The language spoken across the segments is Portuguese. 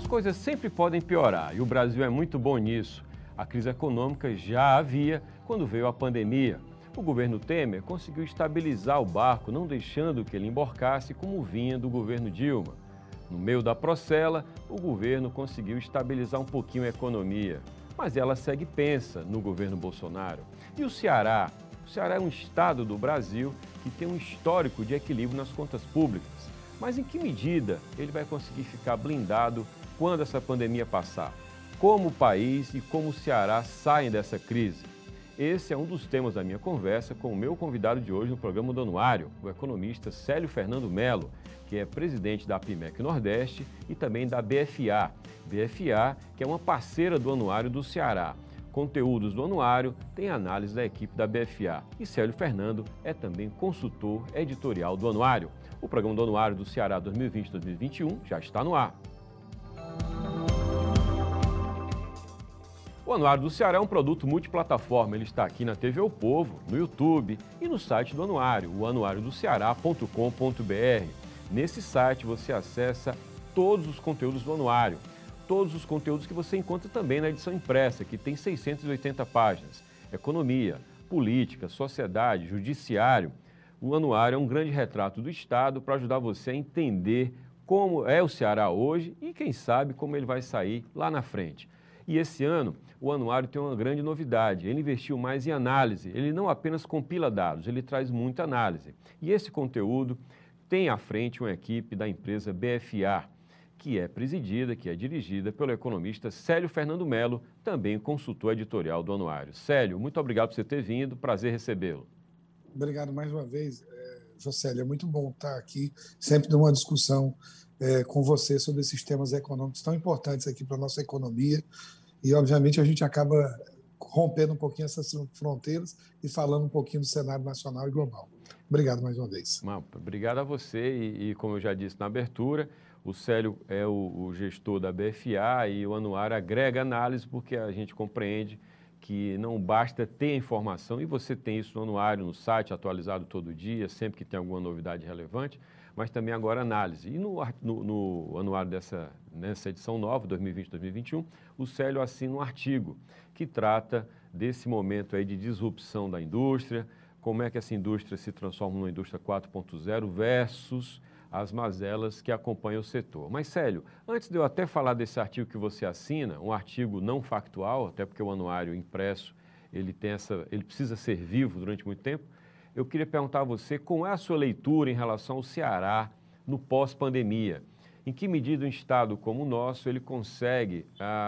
coisas sempre podem piorar e o Brasil é muito bom nisso. A crise econômica já havia quando veio a pandemia. O governo Temer conseguiu estabilizar o barco, não deixando que ele emborcasse como vinha do governo Dilma. No meio da procela, o governo conseguiu estabilizar um pouquinho a economia, mas ela segue pensa no governo Bolsonaro. E o Ceará? O Ceará é um estado do Brasil que tem um histórico de equilíbrio nas contas públicas. Mas em que medida ele vai conseguir ficar blindado quando essa pandemia passar? Como o país e como o Ceará saem dessa crise? Esse é um dos temas da minha conversa com o meu convidado de hoje no programa do Anuário, o economista Célio Fernando Mello, que é presidente da APIMEC Nordeste e também da BFA. BFA, que é uma parceira do Anuário do Ceará. Conteúdos do Anuário tem análise da equipe da BFA. E Célio Fernando é também consultor editorial do Anuário. O programa do Anuário do Ceará 2020-2021 já está no ar. O Anuário do Ceará é um produto multiplataforma. Ele está aqui na TV O Povo, no YouTube e no site do Anuário, o anuariodoceará.com.br. Nesse site você acessa todos os conteúdos do Anuário, todos os conteúdos que você encontra também na edição impressa, que tem 680 páginas. Economia, política, sociedade, judiciário. O Anuário é um grande retrato do Estado para ajudar você a entender como é o Ceará hoje e, quem sabe, como ele vai sair lá na frente. E esse ano, o Anuário tem uma grande novidade. Ele investiu mais em análise. Ele não apenas compila dados, ele traz muita análise. E esse conteúdo tem à frente uma equipe da empresa BFA, que é presidida, que é dirigida pelo economista Célio Fernando Mello, também consultor editorial do Anuário. Célio, muito obrigado por você ter vindo, prazer recebê-lo. Obrigado mais uma vez, Jocélio. É muito bom estar aqui, sempre numa discussão com você sobre esses temas econômicos tão importantes aqui para a nossa economia. E, obviamente, a gente acaba rompendo um pouquinho essas fronteiras e falando um pouquinho do cenário nacional e global. Obrigado mais uma vez. Obrigado a você e como eu já disse na abertura, o Célio é o gestor da BFA e o Anuário agrega análise porque a gente compreende que não basta ter informação, e você tem isso no Anuário, no site, atualizado todo dia, sempre que tem alguma novidade relevante, mas também agora análise. E no Anuário nessa edição nova, 2020-2021, o Célio assina um artigo que trata desse momento aí de disrupção da indústria, como é que essa indústria se transforma numa indústria 4.0 versus as mazelas que acompanham o setor. Mas, Célio, antes de eu até falar desse artigo que você assina, um artigo não factual, até porque o Anuário impresso, ele precisa ser vivo durante muito tempo, eu queria perguntar a você como é a sua leitura em relação ao Ceará no pós-pandemia. Em que medida um estado como o nosso ele consegue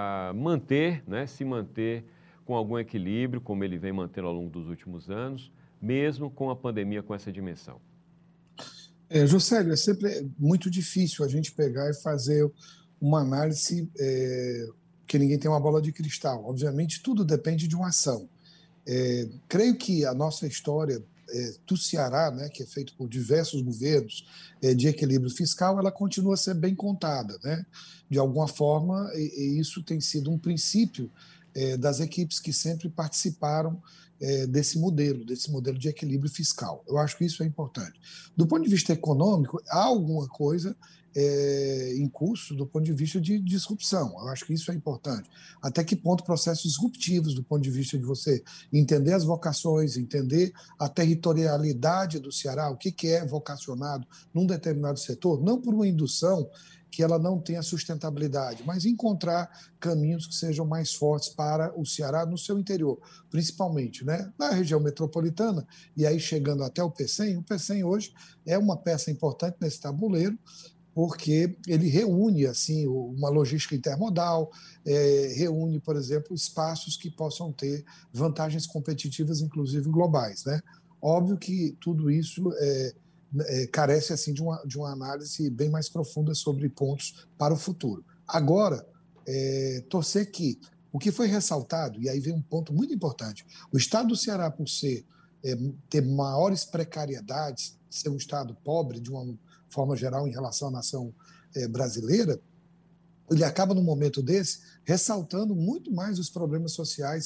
se manter com algum equilíbrio, como ele vem mantendo ao longo dos últimos anos, mesmo com a pandemia com essa dimensão? Jocélio, é sempre muito difícil a gente pegar e fazer uma análise, porque ninguém tem uma bola de cristal. Obviamente, tudo depende de uma ação. Creio que a nossa história do Ceará, né, que é feito por diversos governos de equilíbrio fiscal, ela continua a ser bem contada, né? De alguma forma, e isso tem sido um princípio das equipes que sempre participaram desse modelo de equilíbrio fiscal. Eu acho que isso é importante. Do ponto de vista econômico, há alguma coisa em curso do ponto de vista de disrupção. Eu acho que isso é importante. Até que ponto processos disruptivos, do ponto de vista de você entender as vocações, entender a territorialidade do Ceará, o que é vocacionado num determinado setor, não por uma indução que ela não tenha sustentabilidade, mas encontrar caminhos que sejam mais fortes para o Ceará no seu interior, principalmente, né, na região metropolitana, e aí chegando até o PECEM. O PECEM hoje é uma peça importante nesse tabuleiro, porque ele reúne assim, uma logística intermodal, reúne, por exemplo, espaços que possam ter vantagens competitivas, inclusive globais, né? Óbvio que tudo isso carece assim, de uma análise bem mais profunda sobre pontos para o futuro. Agora, torcer que o que foi ressaltado, e aí vem um ponto muito importante, o estado do Ceará, por ter maiores precariedades, ser um estado pobre de uma forma geral em relação à nação brasileira, ele acaba, num momento desse, ressaltando muito mais os problemas sociais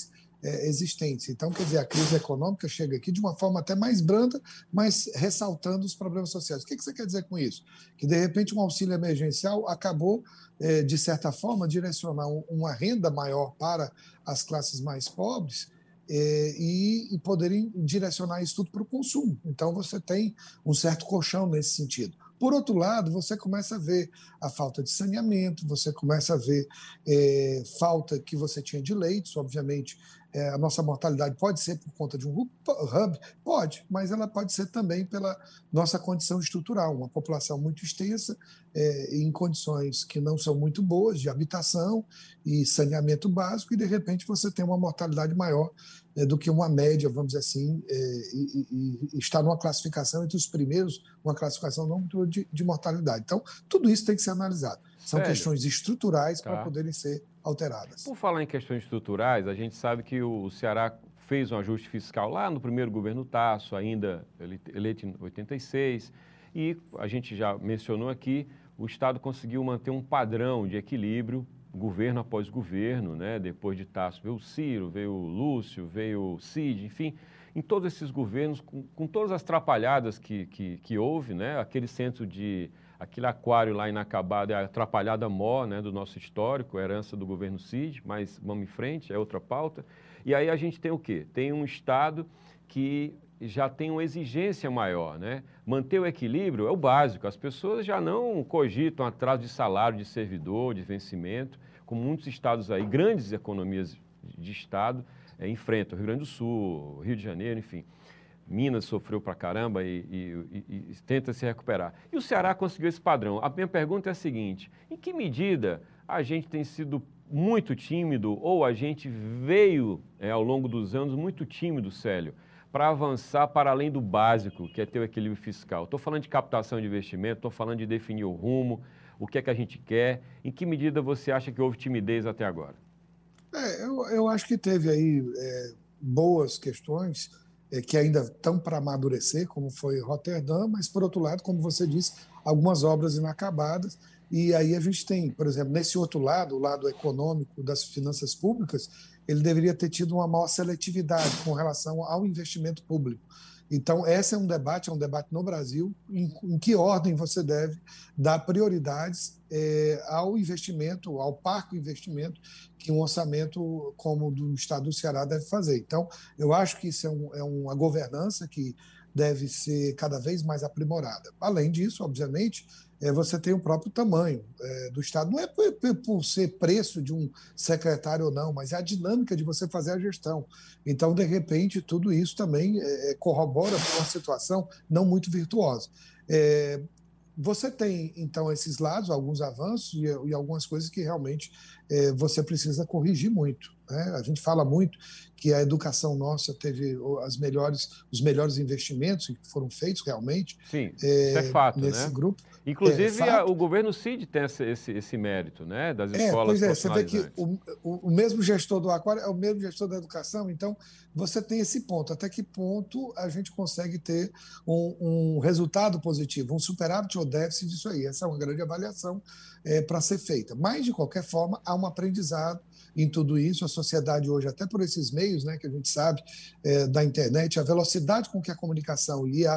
existentes. Então, quer dizer, a crise econômica chega aqui de uma forma até mais branda, mas ressaltando os problemas sociais. O que você quer dizer com isso? Que, de repente, um auxílio emergencial acabou, de certa forma, direcionar uma renda maior para as classes mais pobres, e poderem direcionar isso tudo para o consumo. Então, você tem um certo colchão nesse sentido. Por outro lado, você começa a ver a falta de saneamento, você começa a ver falta que você tinha de leitos, obviamente. A nossa mortalidade pode ser por conta de um hub? Pode, mas ela pode ser também pela nossa condição estrutural, uma população muito extensa, em condições que não são muito boas, de habitação e saneamento básico, e de repente você tem uma mortalidade maior do que uma média, vamos dizer assim, e está numa classificação entre os primeiros, uma classificação não de mortalidade. Então, tudo isso tem que ser analisado. São questões estruturais para poderem ser alteradas. Por falar em questões estruturais, a gente sabe que o Ceará fez um ajuste fiscal lá no primeiro governo Tasso, ainda eleito em 86, e a gente já mencionou aqui, o Estado conseguiu manter um padrão de equilíbrio, governo após governo, né? Depois de Tasso veio o Ciro, veio o Lúcio, veio o Cid, enfim, em todos esses governos, com todas as atrapalhadas que houve, né? Aquele aquário lá inacabado é a atrapalhada maior, né, do nosso histórico, herança do governo Cid, mas vamos em frente, é outra pauta. E aí a gente tem o quê? Tem um Estado que já tem uma exigência maior, né? Manter o equilíbrio é o básico, as pessoas já não cogitam atraso de salário de servidor, de vencimento, como muitos estados aí, grandes economias de Estado, enfrentam, Rio Grande do Sul, Rio de Janeiro, enfim. Minas sofreu pra caramba e tenta se recuperar. E o Ceará conseguiu esse padrão. A minha pergunta é a seguinte: em que medida a gente tem sido muito tímido ou a gente veio, ao longo dos anos, muito tímido, Célio, para avançar para além do básico, que é ter o equilíbrio fiscal? Estou falando de captação de investimento, estou falando de definir o rumo, o que é que a gente quer. Em que medida você acha que houve timidez até agora? Eu acho que teve aí boas questões que ainda estão para amadurecer, como foi Roterdã, mas, por outro lado, como você disse, algumas obras inacabadas. E aí a gente tem, por exemplo, nesse outro lado, o lado econômico das finanças públicas, ele deveria ter tido uma maior seletividade com relação ao investimento público. Então, esse é um debate no Brasil, em que ordem você deve dar prioridades ao investimento, ao parco investimento que um orçamento como o do Estado do Ceará deve fazer. Então, eu acho que isso é uma governança que deve ser cada vez mais aprimorada. Além disso, obviamente, você tem o próprio tamanho do Estado. Não é por ser preço de um secretário ou não, mas é a dinâmica de você fazer a gestão. Então, de repente, tudo isso também corrobora para uma situação não muito virtuosa. Você tem, então, esses lados, alguns avanços e algumas coisas que realmente você precisa corrigir muito, né? A gente fala muito que a educação nossa teve os melhores investimentos que foram feitos realmente. Sim, isso é fato, nesse né? grupo. Inclusive, o governo Cid tem esse mérito, né, das escolas profissionalizantes. Você vê que o mesmo gestor do aquário é o mesmo gestor da educação, então você tem esse ponto. Até que ponto a gente consegue ter um resultado positivo, um superávit ou déficit disso aí? Essa é uma grande avaliação para ser feita. Mas, de qualquer forma, há um aprendizado em tudo isso. A sociedade hoje, até por esses meios, né, que a gente sabe, da internet, a velocidade com que a comunicação e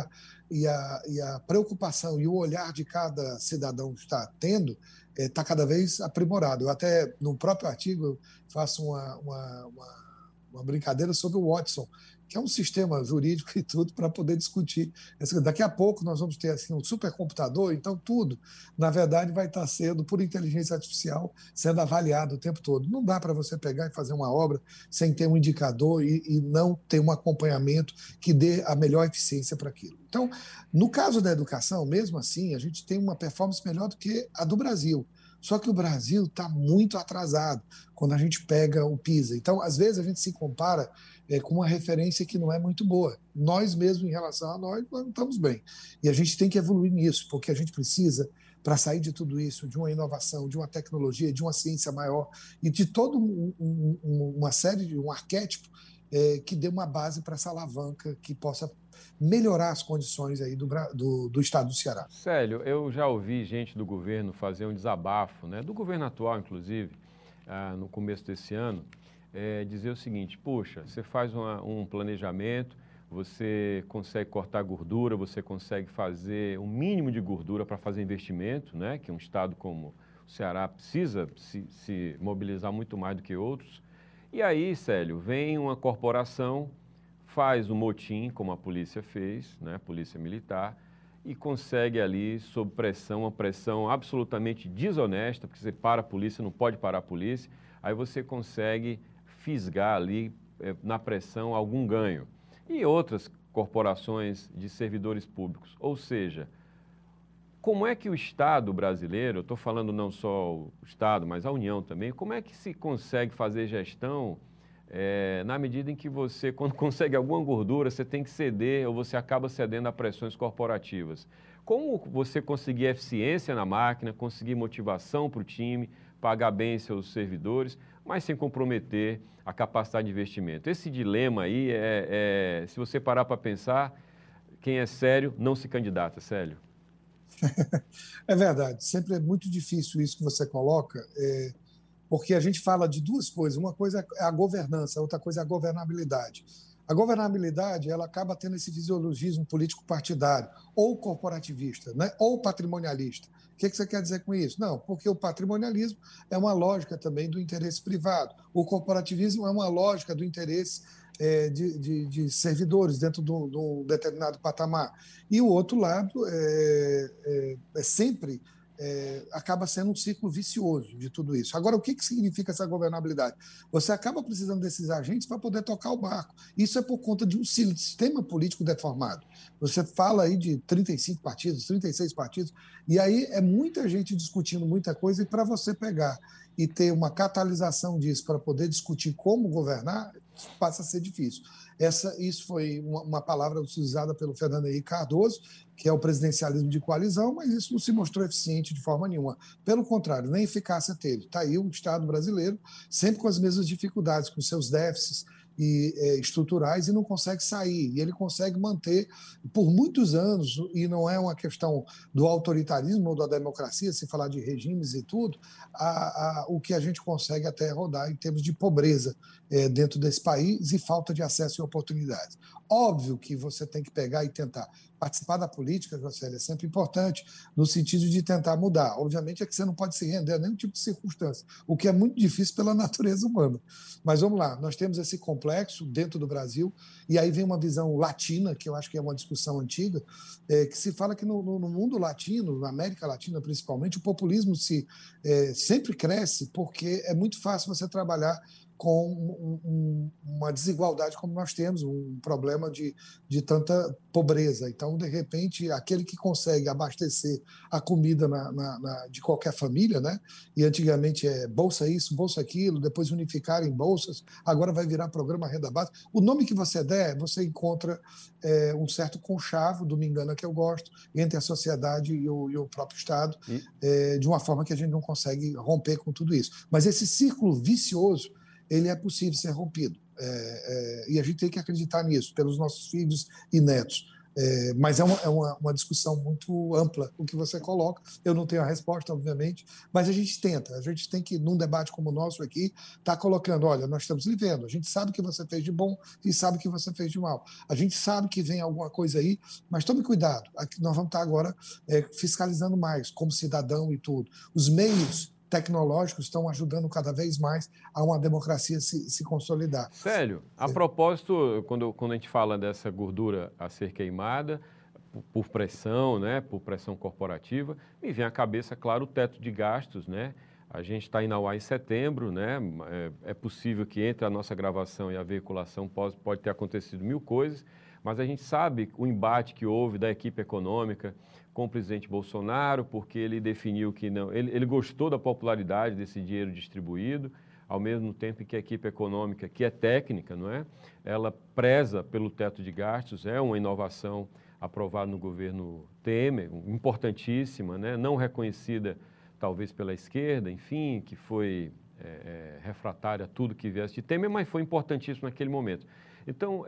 a preocupação e o olhar de cada cidadão está tendo está cada vez aprimorado. Eu até, no próprio artigo, faço uma brincadeira sobre o Watson, que é um sistema jurídico e tudo para poder discutir. Daqui a pouco nós vamos ter assim, um supercomputador, então tudo, na verdade, vai estar sendo, por inteligência artificial, sendo avaliado o tempo todo. Não dá para você pegar e fazer uma obra sem ter um indicador e não ter um acompanhamento que dê a melhor eficiência para aquilo. Então, no caso da educação, mesmo assim, a gente tem uma performance melhor do que a do Brasil. Só que o Brasil está muito atrasado quando a gente pega o PISA. Então, às vezes, a gente se compara com uma referência que não é muito boa. Nós mesmos, em relação a nós não estamos bem. E a gente tem que evoluir nisso, porque a gente precisa, para sair de tudo isso, de uma inovação, de uma tecnologia, de uma ciência maior e de toda uma série de um arquétipo que dê uma base para essa alavanca que possa melhorar as condições aí do Estado do Ceará. Célio, eu já ouvi gente do governo fazer um desabafo, né, do governo atual, inclusive, no começo desse ano, dizer o seguinte: poxa, você faz um planejamento, você consegue cortar gordura, você consegue fazer um mínimo de gordura para fazer investimento, né? Que um estado como o Ceará precisa se mobilizar muito mais do que outros. E aí, Célio, vem uma corporação, faz um motim, como a polícia fez, né? A polícia militar, e consegue ali, sob pressão, uma pressão absolutamente desonesta, porque você para a polícia, não pode parar a polícia, aí você consegue fisgar ali, na pressão, algum ganho. E outras corporações de servidores públicos. Ou seja, como é que o Estado brasileiro, eu estou falando não só o Estado, mas a União também, como é que se consegue fazer gestão na medida em que você, quando consegue alguma gordura, você tem que ceder ou você acaba cedendo a pressões corporativas? Como você conseguir eficiência na máquina, conseguir motivação para o time, pagar bem seus servidores, mas sem comprometer a capacidade de investimento? Esse dilema aí, se você parar para pensar, quem é sério não se candidata, Célio. É verdade, sempre é muito difícil isso que você coloca, porque a gente fala de duas coisas. Uma coisa é a governança, a outra coisa é a governabilidade. A governabilidade, ela acaba tendo esse fisiologismo político partidário, ou corporativista, né? Ou patrimonialista. O que você quer dizer com isso? Não, porque o patrimonialismo é uma lógica também do interesse privado. O corporativismo é uma lógica do interesse de servidores dentro de um determinado patamar. E o outro lado sempre acaba sendo um ciclo vicioso de tudo isso. Agora, o que significa essa governabilidade? Você acaba precisando desses agentes para poder tocar o barco. Isso é por conta de um sistema político deformado. Você fala aí de 35 partidos, 36 partidos, e aí é muita gente discutindo muita coisa, e para você pegar e ter uma catalisação disso para poder discutir como governar, passa a ser difícil. Isso foi uma palavra utilizada pelo Fernando Henrique Cardoso, que é o presidencialismo de coalizão, mas isso não se mostrou eficiente de forma nenhuma. Pelo contrário, nem eficácia teve. Está aí o Estado brasileiro, sempre com as mesmas dificuldades, com seus déficits estruturais, e não consegue sair. E ele consegue manter por muitos anos, e não é uma questão do autoritarismo ou da democracia, se falar de regimes e tudo, o que a gente consegue até rodar em termos de pobreza dentro desse país e falta de acesso e oportunidades. Óbvio que você tem que pegar e tentar participar da política, Jocely, é sempre importante, no sentido de tentar mudar. Obviamente é que você não pode se render a nenhum tipo de circunstância, o que é muito difícil pela natureza humana. Mas vamos lá, nós temos esse complexo dentro do Brasil, e aí vem uma visão latina, que eu acho que é uma discussão antiga, que se fala que no mundo latino, na América Latina principalmente, o populismo sempre cresce, porque é muito fácil você trabalhar com uma desigualdade como nós temos, um problema de tanta pobreza. Então, de repente, aquele que consegue abastecer a comida de qualquer família, né? E antigamente bolsa isso, bolsa aquilo, depois unificar em bolsas, agora vai virar programa renda básica. O nome que você der, você encontra um certo conchavo, do me engana que eu gosto, entre a sociedade e o próprio Estado, de uma forma que a gente não consegue romper com tudo isso. Mas esse círculo vicioso, ele é possível ser rompido. E a gente tem que acreditar nisso, pelos nossos filhos e netos. Mas é uma discussão muito ampla o que você coloca. Eu não tenho a resposta, obviamente, mas a gente tenta. A gente tem que, num debate como o nosso aqui, estar colocando, olha, nós estamos vivendo, a gente sabe o que você fez de bom e sabe o que você fez de mal. A gente sabe que vem alguma coisa aí, mas tome cuidado. Aqui nós vamos estar agora fiscalizando mais, como cidadão e tudo. Os meios tecnológicos estão ajudando cada vez mais a uma democracia se consolidar. Célio, a propósito, quando a gente fala dessa gordura a ser queimada, por pressão, né, por pressão corporativa, me vem à cabeça, claro, o teto de gastos, né? A gente está em Nauá em setembro, né? É possível que entre a nossa gravação e a veiculação pode ter acontecido mil coisas, mas a gente sabe o embate que houve da equipe econômica com o presidente Bolsonaro, porque ele definiu que não, ele gostou da popularidade desse dinheiro distribuído, ao mesmo tempo que a equipe econômica, que é técnica, não é? Ela preza pelo teto de gastos, é uma inovação aprovada no governo Temer, importantíssima, né? Não reconhecida talvez pela esquerda, enfim, que foi refratária a tudo que viesse de Temer, mas foi importantíssimo naquele momento. Então,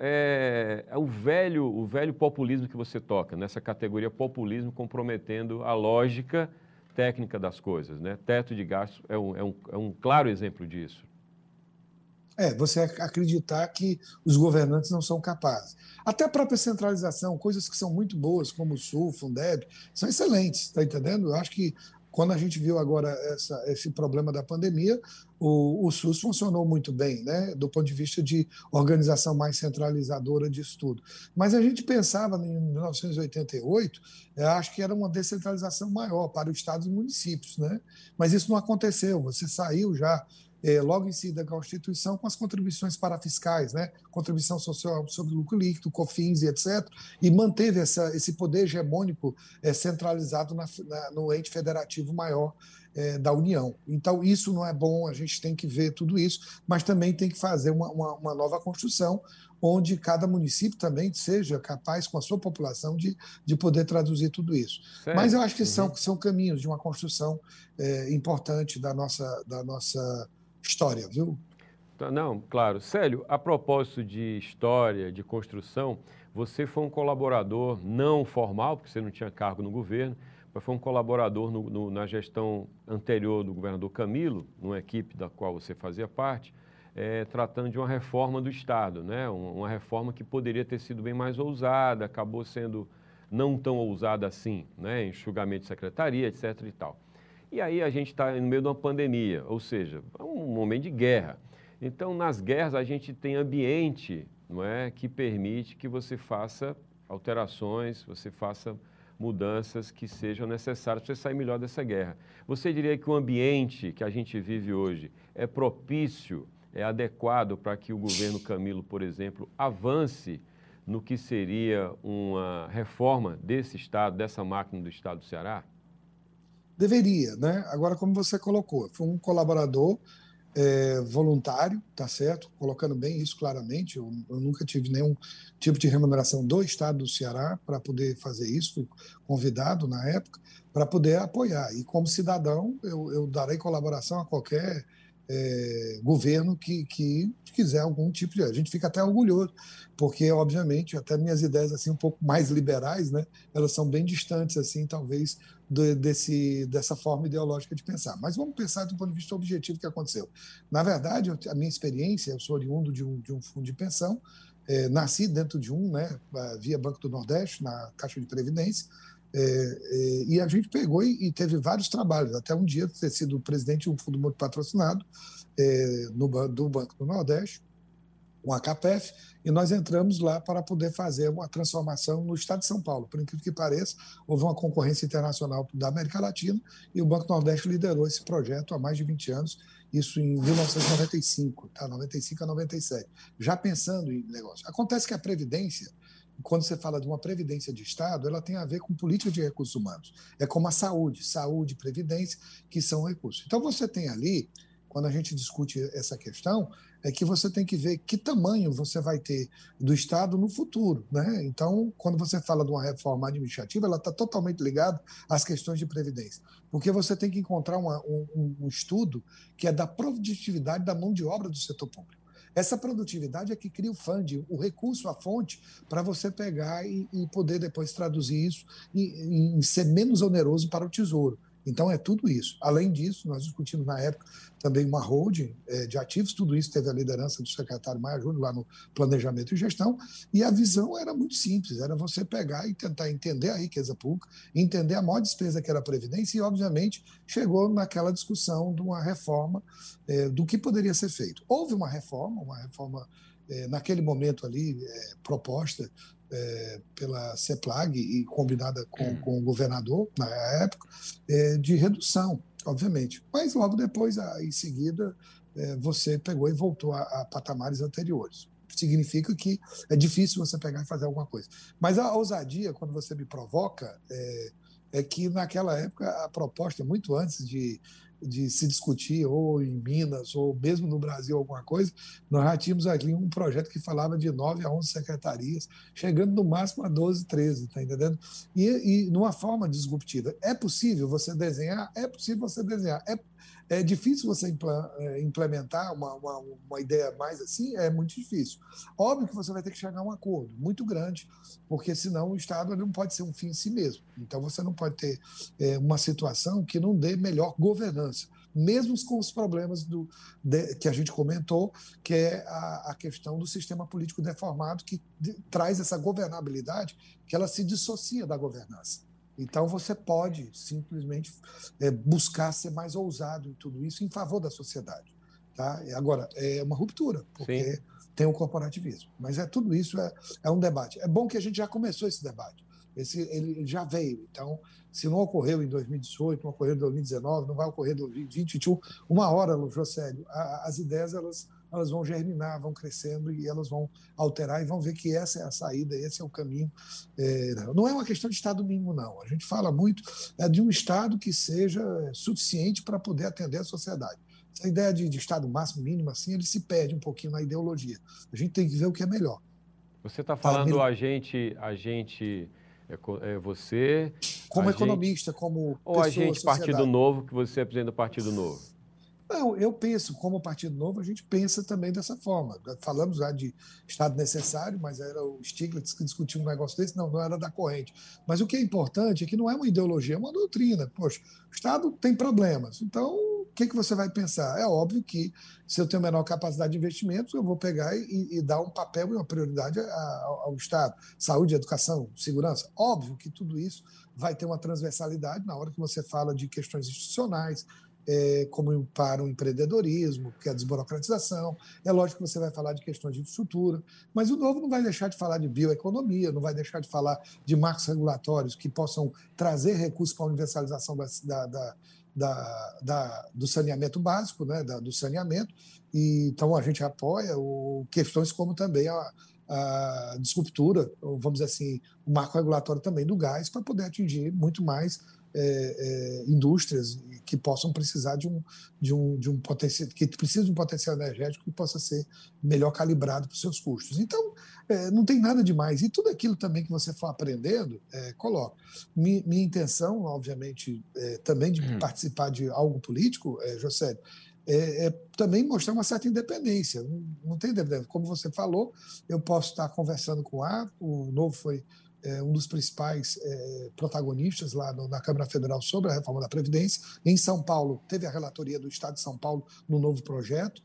é o velho populismo que você toca, nessa categoria populismo comprometendo a lógica técnica das coisas, né? Teto de gastos é um claro exemplo disso. Você acreditar que os governantes não são capazes. Até a própria centralização, coisas que são muito boas, como o Sul, Fundeb, são excelentes, está entendendo? Eu acho que quando a gente viu agora esse problema da pandemia, o SUS funcionou muito bem, né, do ponto de vista de organização mais centralizadora disso tudo. Mas a gente pensava em 1988, eu acho que era uma descentralização maior para os estados e municípios, né? Mas isso não aconteceu, você saiu já logo em seguida da Constituição, com as contribuições parafiscais, né? Contribuição social sobre lucro líquido, COFINS e etc., e manteve esse poder hegemônico centralizado no ente federativo maior da União. Então, isso não é bom, a gente tem que ver tudo isso, mas também tem que fazer uma nova construção, onde cada município também seja capaz, com a sua população, de poder traduzir tudo isso. Sério? Mas eu acho que são caminhos de uma construção importante da nossa história, viu? Não, claro. Célio, a propósito de história, de construção, você foi um colaborador não formal, porque você não tinha cargo no governo, mas foi um colaborador na gestão anterior do governador Camilo, numa equipe da qual você fazia parte, tratando de uma reforma do Estado, né? Uma reforma que poderia ter sido bem mais ousada, acabou sendo não tão ousada assim, né? Enxugamento de secretaria, etc. e tal. E aí a gente está no meio de uma pandemia, ou seja, é um momento de guerra. Então, nas guerras, a gente tem ambiente, não é, que permite que você faça alterações, você faça mudanças que sejam necessárias para você sair melhor dessa guerra. Você diria que o ambiente que a gente vive hoje é propício, é adequado para que o governo Camilo, por exemplo, avance no que seria uma reforma desse Estado, dessa máquina do Estado do Ceará? Deveria, né? Agora, como você colocou, foi um colaborador voluntário, tá certo? Colocando bem isso claramente, eu nunca tive nenhum tipo de remuneração do Estado do Ceará para poder fazer isso, fui convidado na época para poder apoiar. E como cidadão, eu darei colaboração a qualquer governo que quiser algum tipo de... A gente fica até orgulhoso, porque, obviamente, até minhas ideias assim um pouco mais liberais, né, elas são bem distantes, assim, talvez, dessa forma ideológica de pensar. Mas vamos pensar do ponto de vista objetivo que aconteceu. Na verdade, a minha experiência, eu sou oriundo de um fundo de pensão, nasci dentro de né, via Banco do Nordeste, na Caixa de Previdência, e a gente pegou e teve vários trabalhos, até um dia ter sido presidente de um fundo muito patrocinado do Banco do Nordeste, com a CAPEF, e nós entramos lá para poder fazer uma transformação no Estado de São Paulo. Por incrível que pareça, houve uma concorrência internacional da América Latina e o Banco do Nordeste liderou esse projeto há mais de 20 anos, isso em 1995, tá? 95 a 97, já pensando em negócio. Acontece que a Previdência, quando você fala de uma previdência de Estado, ela tem a ver com política de recursos humanos. É como a saúde e previdência, que são recursos. Então, você tem ali, quando a gente discute essa questão, é que você tem que ver que tamanho você vai ter do Estado no futuro, né? Então, quando você fala de uma reforma administrativa, ela está totalmente ligada às questões de previdência, porque você tem que encontrar um estudo que é da produtividade da mão de obra do setor público. Essa produtividade é que cria o funding, o recurso, a fonte, para você pegar e poder depois traduzir isso em ser menos oneroso para o Tesouro. Então, é tudo isso. Além disso, nós discutimos na época também uma holding de ativos, tudo isso teve a liderança do secretário Maia Júnior lá no Planejamento e Gestão, e a visão era muito simples, era você pegar e tentar entender a riqueza pública, entender a maior despesa que era a Previdência e, obviamente, chegou naquela discussão de uma reforma do que poderia ser feito. Houve uma reforma naquele momento ali proposta pela CEPLAG e combinada com o governador, na época, de redução, obviamente. Mas logo depois, em seguida, você pegou e voltou a patamares anteriores. Significa que é difícil você pegar e fazer alguma coisa. Mas a ousadia, quando você me provoca, é que naquela época a proposta, muito antes de se discutir, ou em Minas, ou mesmo no Brasil, alguma coisa, nós já tínhamos ali um projeto que falava de 9 a 11 secretarias, chegando no máximo a 12, 13, tá entendendo? E numa forma disruptiva. É possível você desenhar? É possível você desenhar. É difícil você implementar uma ideia mais assim? É muito difícil. Óbvio que você vai ter que chegar a um acordo muito grande, porque senão o Estado não pode ser um fim em si mesmo. Então você não pode ter uma situação que não dê melhor governança. mesmo com os problemas que a gente comentou, que é a questão do sistema político deformado, que traz essa governabilidade, que ela se dissocia da governança. Então, você pode simplesmente buscar ser mais ousado em tudo isso em favor da sociedade. Tá? Agora, é uma ruptura, porque Sim. tem o corporativismo. Mas tudo isso é um debate. É bom que a gente já começou esse debate. Ele já veio. Então, se não ocorreu em 2018, não ocorreu em 2019, não vai ocorrer em 2021, uma hora, Josélio, as ideias elas vão germinar, vão crescendo e elas vão alterar e vão ver que essa é a saída, esse é o caminho. Não é uma questão de Estado mínimo, não. A gente fala muito de um Estado que seja suficiente para poder atender a sociedade. Essa ideia de Estado máximo, mínimo, assim, ele se perde um pouquinho na ideologia. A gente tem que ver o que é melhor. Você está falando você... Como economista, como pessoa, ou a gente Partido Novo, que você apresenta o Partido Novo? Não, eu penso, como Partido Novo, a gente pensa também dessa forma. Falamos já de Estado necessário, mas era o Stiglitz que discutiu um negócio desse, não era da corrente. Mas o que é importante é que não é uma ideologia, é uma doutrina. Poxa, o Estado tem problemas, então o que você vai pensar? É óbvio que se eu tenho menor capacidade de investimentos, eu vou pegar e dar um papel e uma prioridade ao Estado. Saúde, educação, segurança. Óbvio que tudo isso vai ter uma transversalidade na hora que você fala de questões institucionais, como para o empreendedorismo, que é a desburocratização. É lógico que você vai falar de questões de infraestrutura, mas o Novo não vai deixar de falar de bioeconomia, não vai deixar de falar de marcos regulatórios que possam trazer recursos para a universalização do saneamento básico, né, do saneamento. Então, a gente apoia questões como também a disruptura, vamos dizer assim, o marco regulatório também do gás, para poder atingir muito mais indústrias que possam precisar de um potencial, que precisam de um potencial energético que possa ser melhor calibrado para os seus custos. Então, não tem nada demais. E tudo aquilo também que você for aprendendo, coloca. Minha intenção, obviamente, também de participar de algo político, José, também mostrar uma certa independência. Não tem independência. Como você falou, eu posso estar conversando com o Novo foi um dos principais protagonistas lá na Câmara Federal sobre a reforma da Previdência. Em São Paulo, teve a relatoria do Estado de São Paulo no novo projeto.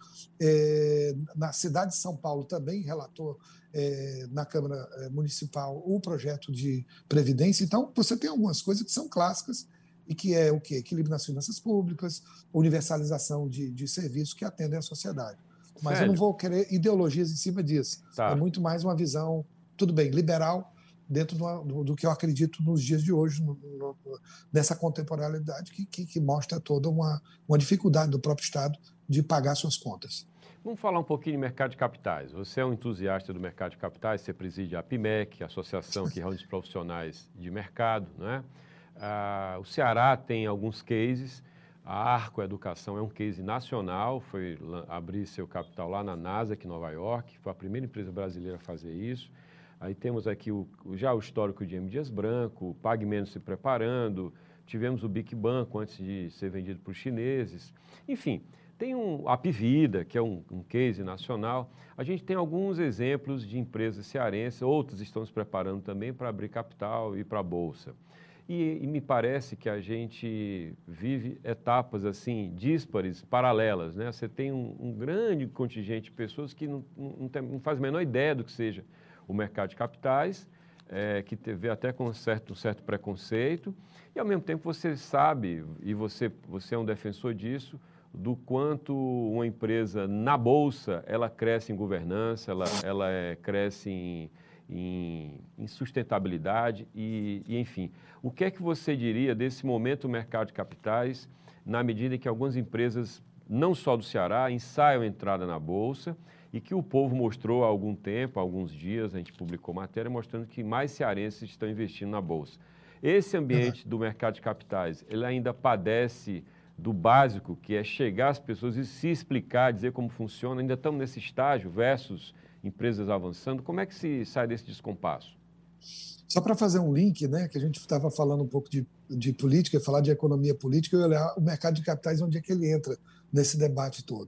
Na cidade de São Paulo também relatou na Câmara Municipal o projeto de Previdência. Então, você tem algumas coisas que são clássicas e que é o quê? Equilíbrio nas finanças públicas, universalização de serviços que atendem à sociedade. Mas eu não vou querer ideologias em cima disso. Tá. É muito mais uma visão, tudo bem, liberal, dentro do que eu acredito nos dias de hoje, nessa contemporaneidade que mostra toda uma dificuldade do próprio Estado de pagar suas contas. Vamos falar um pouquinho de mercado de capitais. Você é um entusiasta do mercado de capitais, você preside a APIMEC, a associação que reúne os profissionais de mercado, né? O Ceará tem alguns cases, a Arco Educação é um case nacional, foi abrir seu capital lá na Nasdaq, em Nova York, foi a primeira empresa brasileira a fazer isso. Aí temos aqui já o histórico de M. Dias Branco, o Pague Menos se preparando, tivemos o Bic Banco antes de ser vendido para os chineses. Enfim, tem a Apivida, que é um case nacional. A gente tem alguns exemplos de empresas cearenses, outras estão se preparando também para abrir capital e ir para a Bolsa. E me parece que a gente vive etapas assim díspares, paralelas, né? Você tem um grande contingente de pessoas que não faz a menor ideia do que seja o mercado de capitais, que vê até com um certo preconceito, e ao mesmo tempo você sabe, e você é um defensor disso, do quanto uma empresa na Bolsa, ela cresce em governança, ela cresce em sustentabilidade e, enfim. O que é que você diria desse momento do mercado de capitais, na medida em que algumas empresas, não só do Ceará, ensaiam a entrada na Bolsa, e que o povo mostrou há algum tempo, há alguns dias, a gente publicou matéria mostrando que mais cearenses estão investindo na Bolsa. Esse ambiente do mercado de capitais, ele ainda padece do básico, que é chegar às pessoas e se explicar, dizer como funciona, ainda estamos nesse estágio versus empresas avançando. Como é que se sai desse descompasso? Só para fazer um link, né, que a gente estava falando um pouco de política, falar de economia política, e olhar o mercado de capitais, onde é que ele entra nesse debate todo.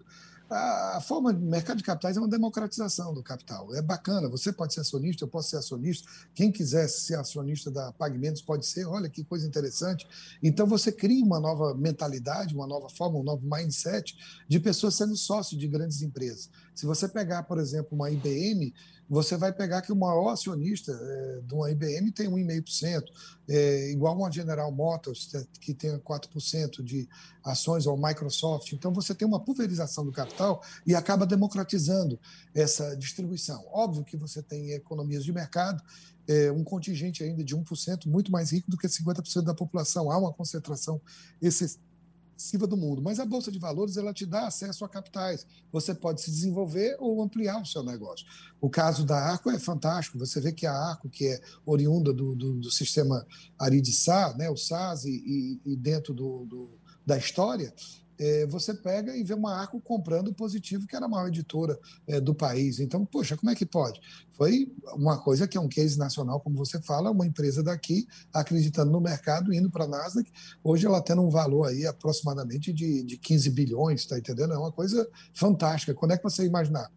A forma de mercado de capitais é uma democratização do capital. É bacana, você pode ser acionista, eu posso ser acionista, quem quiser ser acionista da Pagamentos pode ser, olha que coisa interessante. Então você cria uma nova mentalidade, uma nova forma, um novo mindset de pessoas sendo sócios de grandes empresas. Se você pegar, por exemplo, uma IBM, você vai pegar que o maior acionista de uma IBM tem 1,5%, igual uma General Motors, que tem 4% de ações, ou Microsoft. Então, você tem uma pulverização do capital e acaba democratizando essa distribuição. Óbvio que você tem economias de mercado, um contingente ainda de 1% muito mais rico do que 50% da população. Há uma concentração excessiva do mundo, mas a Bolsa de Valores ela te dá acesso a capitais. Você pode se desenvolver ou ampliar o seu negócio. O caso da Arco é fantástico. Você vê que a Arco, que é oriunda do sistema Arid-SA, né, o SAS, e dentro da história, você pega e vê uma Arco comprando o Positivo, que era a maior editora do país. Então, poxa, como é que pode? Foi uma coisa que é um case nacional, como você fala, uma empresa daqui acreditando no mercado, indo para a Nasdaq. Hoje ela tendo um valor aí aproximadamente de 15 bilhões, está entendendo? É uma coisa fantástica. Quando é que você imaginar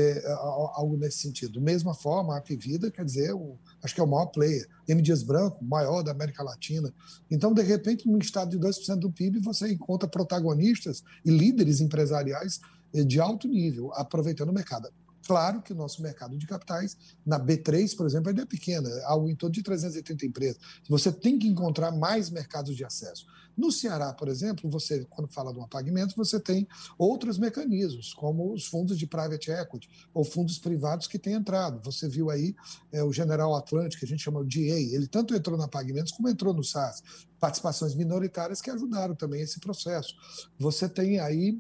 algo nesse sentido? Da mesma forma, a Apivida, quer dizer, acho que é o maior player. M. Dias Branco, maior da América Latina. Então, de repente, num estado de 2% do PIB, você encontra protagonistas e líderes empresariais de alto nível, aproveitando o mercado. Claro que o nosso mercado de capitais, na B3, por exemplo, ainda é pequena, algo em torno de 380 empresas. Você tem que encontrar mais mercados de acesso. No Ceará, por exemplo, você, quando fala de um pagamento, você tem outros mecanismos, como os fundos de private equity ou fundos privados que têm entrado. Você viu aí o General Atlantic, que a gente chama de GA, ele tanto entrou na Pagamentos como entrou no SAS. Participações minoritárias que ajudaram também esse processo. Você tem aí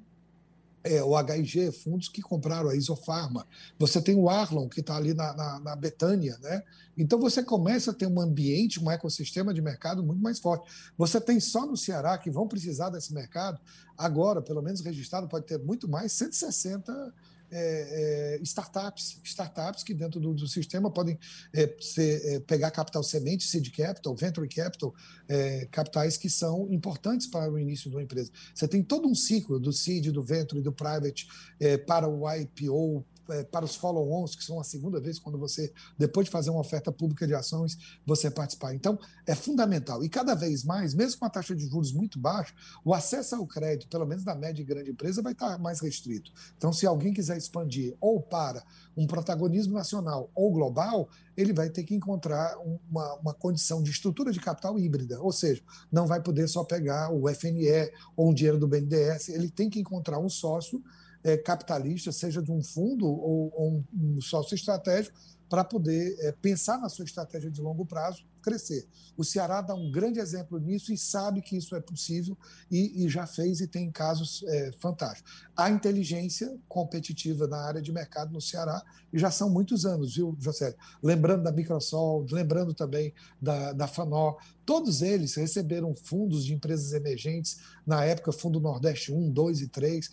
o HIG, fundos que compraram a Isofarma. Você tem o Arlon, que está ali na Betânia, né? Então você começa a ter um ambiente, um ecossistema de mercado muito mais forte. Você tem só no Ceará, que vão precisar desse mercado, agora, pelo menos registrado, pode ter muito mais, 160 startups que dentro do sistema podem pegar capital semente, seed capital, venture capital, capitais que são importantes para o início de uma empresa. Você tem todo um ciclo do seed, do venture e do private para o IPO, para os follow-ons, que são a segunda vez quando você, depois de fazer uma oferta pública de ações, você participar. Então, é fundamental. E cada vez mais, mesmo com a taxa de juros muito baixa, o acesso ao crédito, pelo menos na média e grande empresa, vai estar mais restrito. Então, se alguém quiser expandir ou para um protagonismo nacional ou global, ele vai ter que encontrar uma condição de estrutura de capital híbrida, ou seja, não vai poder só pegar o FNE ou um dinheiro do BNDES, ele tem que encontrar um sócio capitalista, seja de um fundo ou um sócio estratégico, para poder pensar na sua estratégia de longo prazo, crescer. O Ceará dá um grande exemplo nisso e sabe que isso é possível e já fez e tem casos fantásticos. A inteligência competitiva na área de mercado no Ceará, e já são muitos anos, viu, José? Lembrando da Microsol, lembrando também da Fanor, todos eles receberam fundos de empresas emergentes, na época Fundo Nordeste 1, 2 e 3,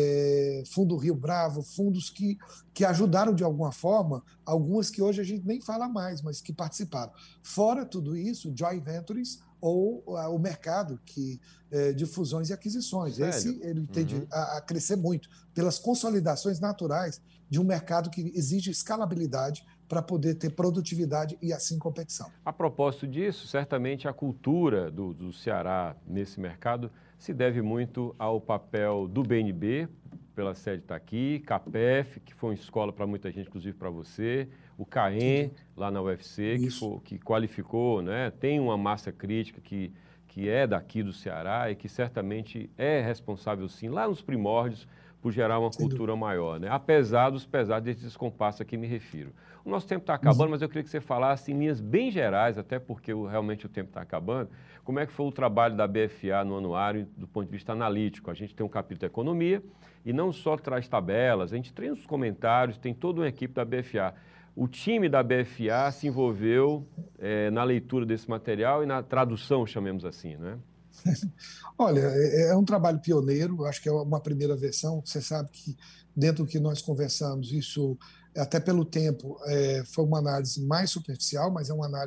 Fundo Rio Bravo, fundos que ajudaram de alguma forma, algumas que hoje a gente nem fala mais, mas que participaram. Fora tudo isso, Joint Ventures ou o mercado de fusões e aquisições. Sério? Esse ele tende a crescer muito pelas consolidações naturais de um mercado que exige escalabilidade para poder ter produtividade e assim competição. A propósito disso, certamente a cultura do Ceará nesse mercado se deve muito ao papel do BNB, pela sede está aqui, CAPEF, que foi uma escola para muita gente, inclusive para você, o CAEM, lá na UFC, que qualificou, né? Tem uma massa crítica que é daqui do Ceará e que certamente é responsável, sim, lá nos primórdios, por gerar uma cultura maior, né? Apesar dos pesares desse descompasso a que me refiro. O nosso tempo está acabando, mas eu queria que você falasse em linhas bem gerais, até porque realmente o tempo está acabando, como é que foi o trabalho da BFA no anuário do ponto de vista analítico. A gente tem um capítulo de economia e não só traz tabelas, a gente tem os comentários, tem toda uma equipe da BFA. O time da BFA se envolveu na leitura desse material e na tradução, chamemos assim, né? Olha, é um trabalho pioneiro, acho que é uma primeira versão. Você sabe que, dentro do que nós conversamos, isso, até pelo tempo, foi uma análise mais superficial, mas é uma análise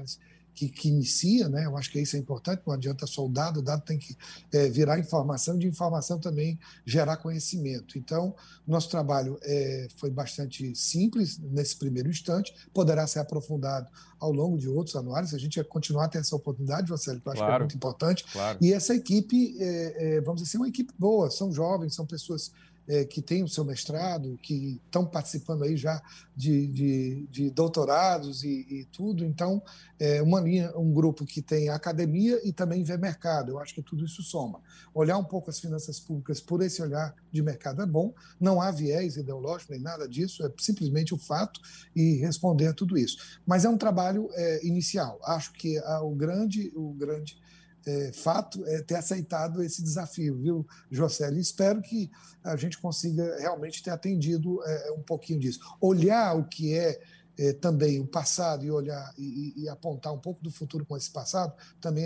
que inicia, né? Eu acho que isso é importante, não adianta só o dado tem que virar informação, de informação também gerar conhecimento. Então, nosso trabalho foi bastante simples nesse primeiro instante, poderá ser aprofundado ao longo de outros anuários, a gente vai continuar a ter essa oportunidade, José, que eu acho que é muito importante. Claro. E essa equipe, vamos dizer, é uma equipe boa, são jovens, são pessoas que têm o seu mestrado, que estão participando aí já de doutorados e tudo. Então, um grupo que tem academia e também vê mercado. Eu acho que tudo isso soma. Olhar um pouco as finanças públicas por esse olhar de mercado é bom, não há viés ideológico nem nada disso, é simplesmente o fato e responder a tudo isso. Mas é um trabalho inicial. Acho que o grande fato é ter aceitado esse desafio, viu, José? Espero que a gente consiga realmente ter atendido um pouquinho disso. Olhar o que também o passado e olhar e apontar um pouco do futuro com esse passado também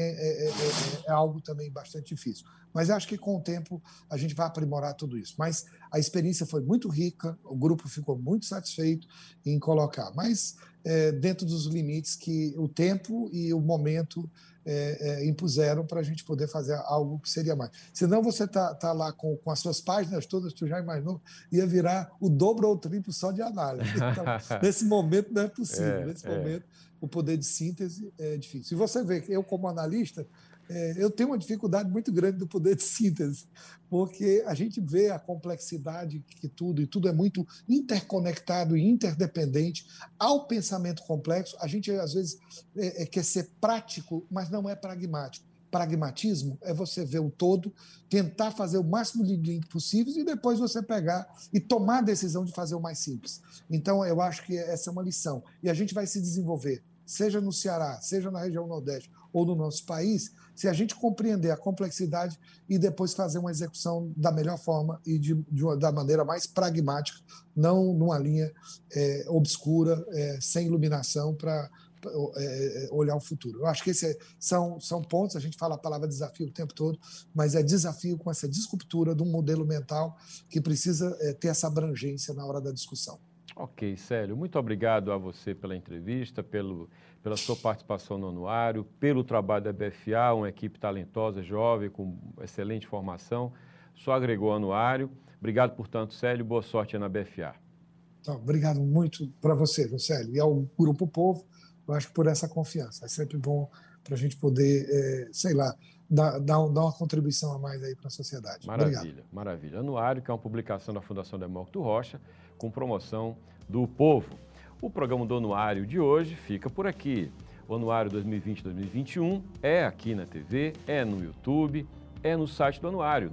é algo também bastante difícil. Mas acho que com o tempo a gente vai aprimorar tudo isso. Mas a experiência foi muito rica, o grupo ficou muito satisfeito em colocar, mas dentro dos limites que o tempo e o momento impuseram para a gente poder fazer algo que seria mais. Senão você tá lá com as suas páginas todas, tu já imaginou, ia virar o dobro ou o triplo só de análise. Então, nesse momento não é possível. Nesse momento, o poder de síntese é difícil. E você vê que eu, como analista, eu tenho uma dificuldade muito grande do poder de síntese, porque a gente vê a complexidade que tudo é muito interconectado e interdependente. Ao pensamento complexo, a gente às vezes quer ser prático, mas não é pragmático. Pragmatismo é você ver o todo, tentar fazer o máximo de link possíveis e depois você pegar e tomar a decisão de fazer o mais simples. Então, eu acho que essa é uma lição. E a gente vai se desenvolver, seja no Ceará, seja na região Nordeste ou no nosso país, se a gente compreender a complexidade e depois fazer uma execução da melhor forma e da maneira mais pragmática, não numa linha obscura, sem iluminação, para olhar o futuro. Eu acho que esses são pontos, a gente fala a palavra desafio o tempo todo, mas é desafio com essa disruptura de um modelo mental que precisa ter essa abrangência na hora da discussão. Ok, Célio, muito obrigado a você pela entrevista, pela sua participação no anuário, pelo trabalho da BFA, uma equipe talentosa, jovem, com excelente formação, só agregou ao anuário. Obrigado, portanto, Célio, boa sorte na BFA. Então, obrigado muito para você, Célio, e ao Grupo Povo, eu acho que por essa confiança. É sempre bom para a gente poder, dar uma contribuição a mais aí para a sociedade. Maravilha, obrigado. Maravilha. Anuário, que é uma publicação da Fundação Demócrito Rocha, com promoção do povo. O programa do Anuário de hoje fica por aqui. O Anuário 2020-2021 é aqui na TV, é no YouTube, é no site do Anuário,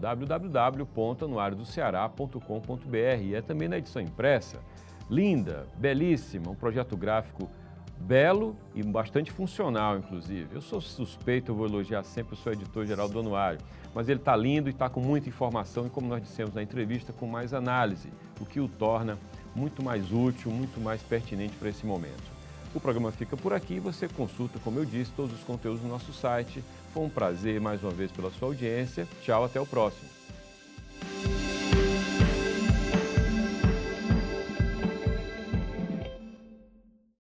www.anuariodoceara.com.br, e é também na edição impressa. Linda, belíssima, um projeto gráfico belo e bastante funcional, inclusive. Eu sou suspeito, eu vou elogiar sempre o seu editor-geral do Anuário, mas ele está lindo e está com muita informação e, como nós dissemos na entrevista, com mais análise, o que o torna muito mais útil, muito mais pertinente para esse momento. O programa fica por aqui, você consulta, como eu disse, todos os conteúdos no nosso site. Foi um prazer, mais uma vez, pela sua audiência. Tchau, até o próximo.